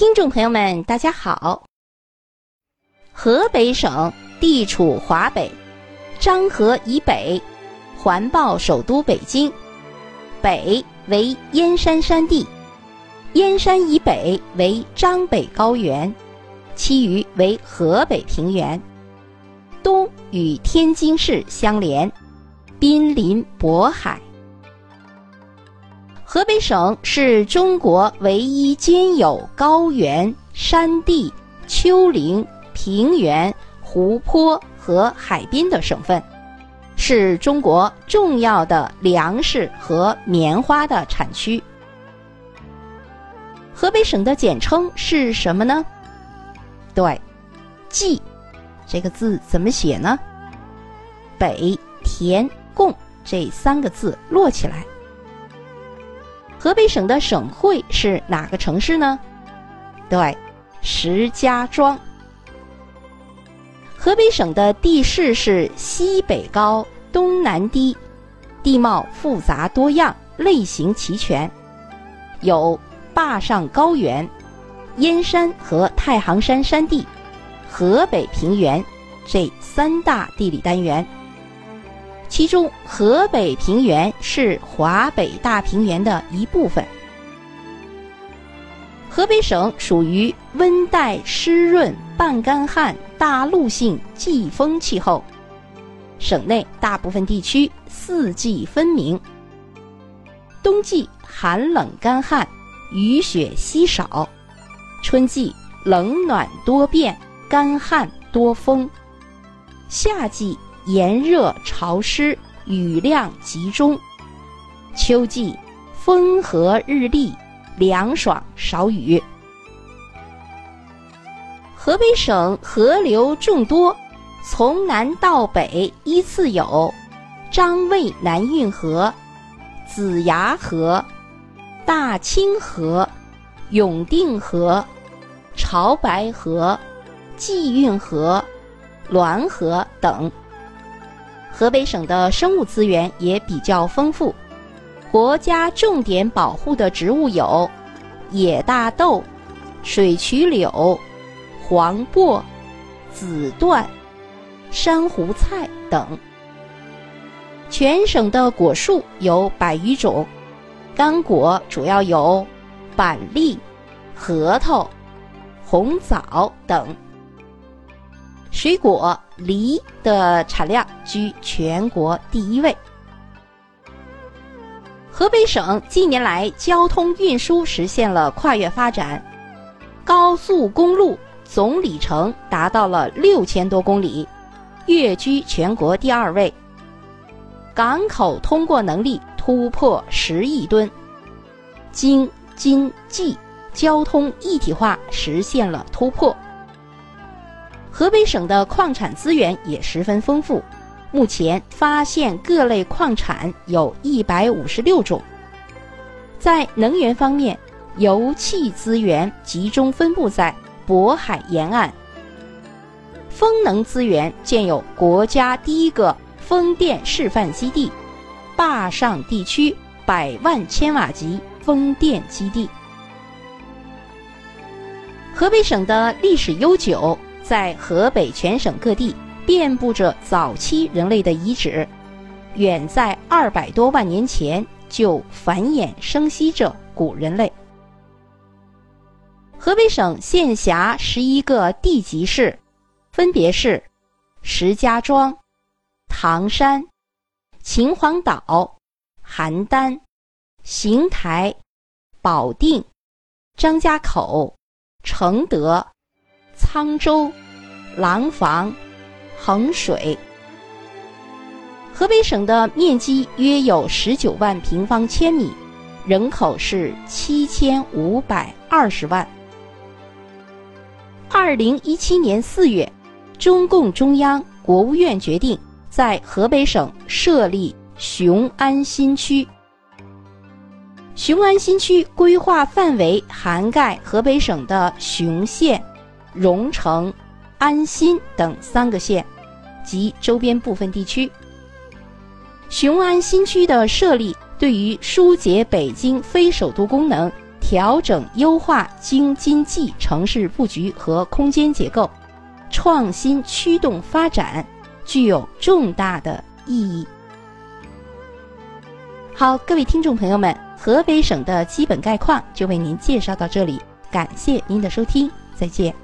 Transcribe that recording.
听众朋友们，大家好。河北省地处华北，漳河以北，环抱首都北京，北为燕山山地，燕山以北为张北高原，其余为河北平原，东与天津市相连，濒临渤海。河北省是中国唯一兼有高原、山地、丘陵、平原、湖泊和海滨的省份，是中国重要的粮食和棉花的产区。河北省的简称是什么呢？对，冀。这个字怎么写呢？北、田、共这三个字摞起来。河北省的省会是哪个城市呢？对，石家庄。河北省的地势是西北高，东南低，地貌复杂多样，类型齐全，有坝上高原、燕山和太行山山地、河北平原这三大地理单元。其中河北平原是华北大平原的一部分。河北省属于温带湿润半干旱大陆性季风气候，省内大部分地区四季分明，冬季寒冷干旱，雨雪稀少，春季冷暖多变，干旱多风，夏季炎热潮湿，雨量集中，秋季风和日丽，凉爽少雨。河北省河流众多，从南到北依次有张卫南运河、子牙河、大清河、永定河、潮白河、济运河、滦河等。河北省的生物资源也比较丰富，国家重点保护的植物有野大豆、水曲柳、黄柏、紫椴、珊瑚菜等。全省的果树有100余种，干果主要有板栗、核桃、红枣等。水果梨的产量居全国第1位。河北省近年来交通运输实现了跨越发展，高速公路总里程达到了6000多公里，跃居全国第2位。港口通过能力突破10亿吨，京津冀交通一体化实现了突破。河北省的矿产资源也十分丰富，目前发现各类矿产有156种。在能源方面，油气资源集中分布在渤海沿岸，风能资源建有国家第1个风电示范基地，坝上地区100万千瓦级风电基地。河北省的历史悠久，在河北全省各地遍布着早期人类的遗址，远在200多万年前就繁衍生息着古人类。河北省县辖11个地级市，分别是石家庄、唐山、秦皇岛、邯郸、邢台、保定、张家口、承德、沧州、廊坊、衡水。河北省的面积约有19万平方千米，人口是7520万。2017年4月，中共中央、国务院决定在河北省设立雄安新区。雄安新区规划范围涵盖河北省的雄县、荣城、安新等3个县及周边部分地区。雄安新区的设立对于疏解北京非首都功能、提调整优化京津冀城市布局和空间结构，创新驱动发展，具有重大的意义。好，各位听众朋友们，河北省的基本概况就为您介绍到这里，感谢您的收听，再见。